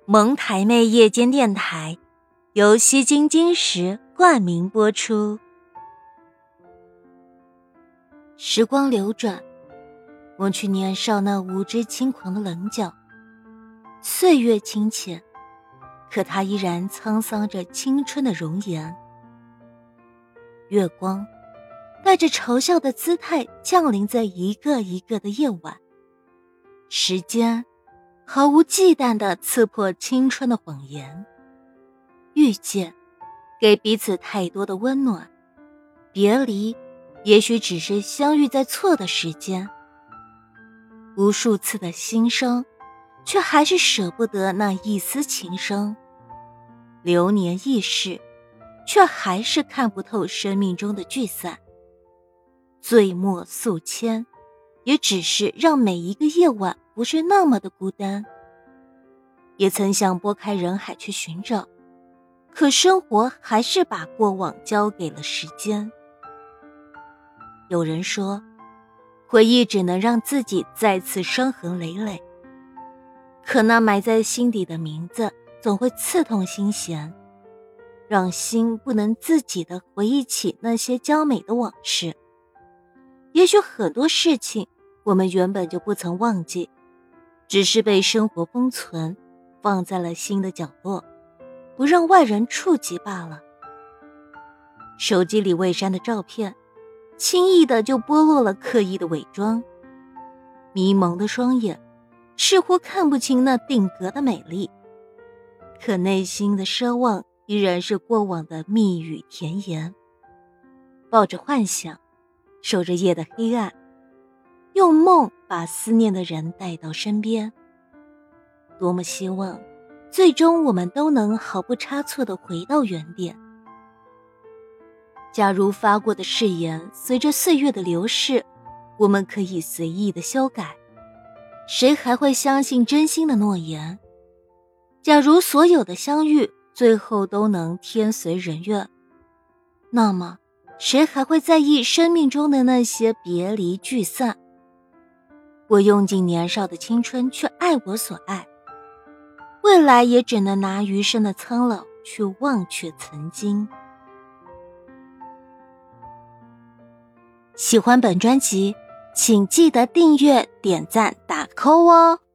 萌台妹夜间电台由西京金石冠名播出。时光流转，抹去年少那无知轻狂的棱角，岁月清浅，可它依然沧桑着青春的容颜。月光带着嘲笑的姿态降临在一个一个的夜晚，时间毫无忌惮地刺破青春的谎言。遇见给彼此太多的温暖，别离也许只是相遇在错的时间。无数次的心伤，却还是舍不得那一丝情深。流年易逝，却还是看不透生命中的聚散。醉墨素铅，也只是让每一个夜晚不是那么的孤单。也曾想拨开人海去寻找，可生活还是把过往交给了时间。有人说，回忆只能让自己再次伤痕累累，可那埋在心底的名字总会刺痛心弦，让心不能自己地回忆起那些娇美的往事。也许很多事情我们原本就不曾忘记，只是被生活封存，放在了心的角落，不让外人触及罢了。手机里未删的照片，轻易的就剥落了刻意的伪装。迷蒙的双眼，似乎看不清那定格的美丽，可内心的奢望依然是过往的蜜语甜言。抱着幻想，守着夜的黑暗，用梦把思念的人带到身边。多么希望最终我们都能毫不差错地回到原点。假如发过的誓言随着岁月的流逝，我们可以随意的修改，谁还会相信真心的诺言？假如所有的相遇最后都能天随人愿，那么谁还会在意生命中的那些别离聚散？我用尽年少的青春去爱我所爱，未来也只能拿余生的苍老去忘却曾经。喜欢本专辑，请记得订阅、点赞、打 call 哦。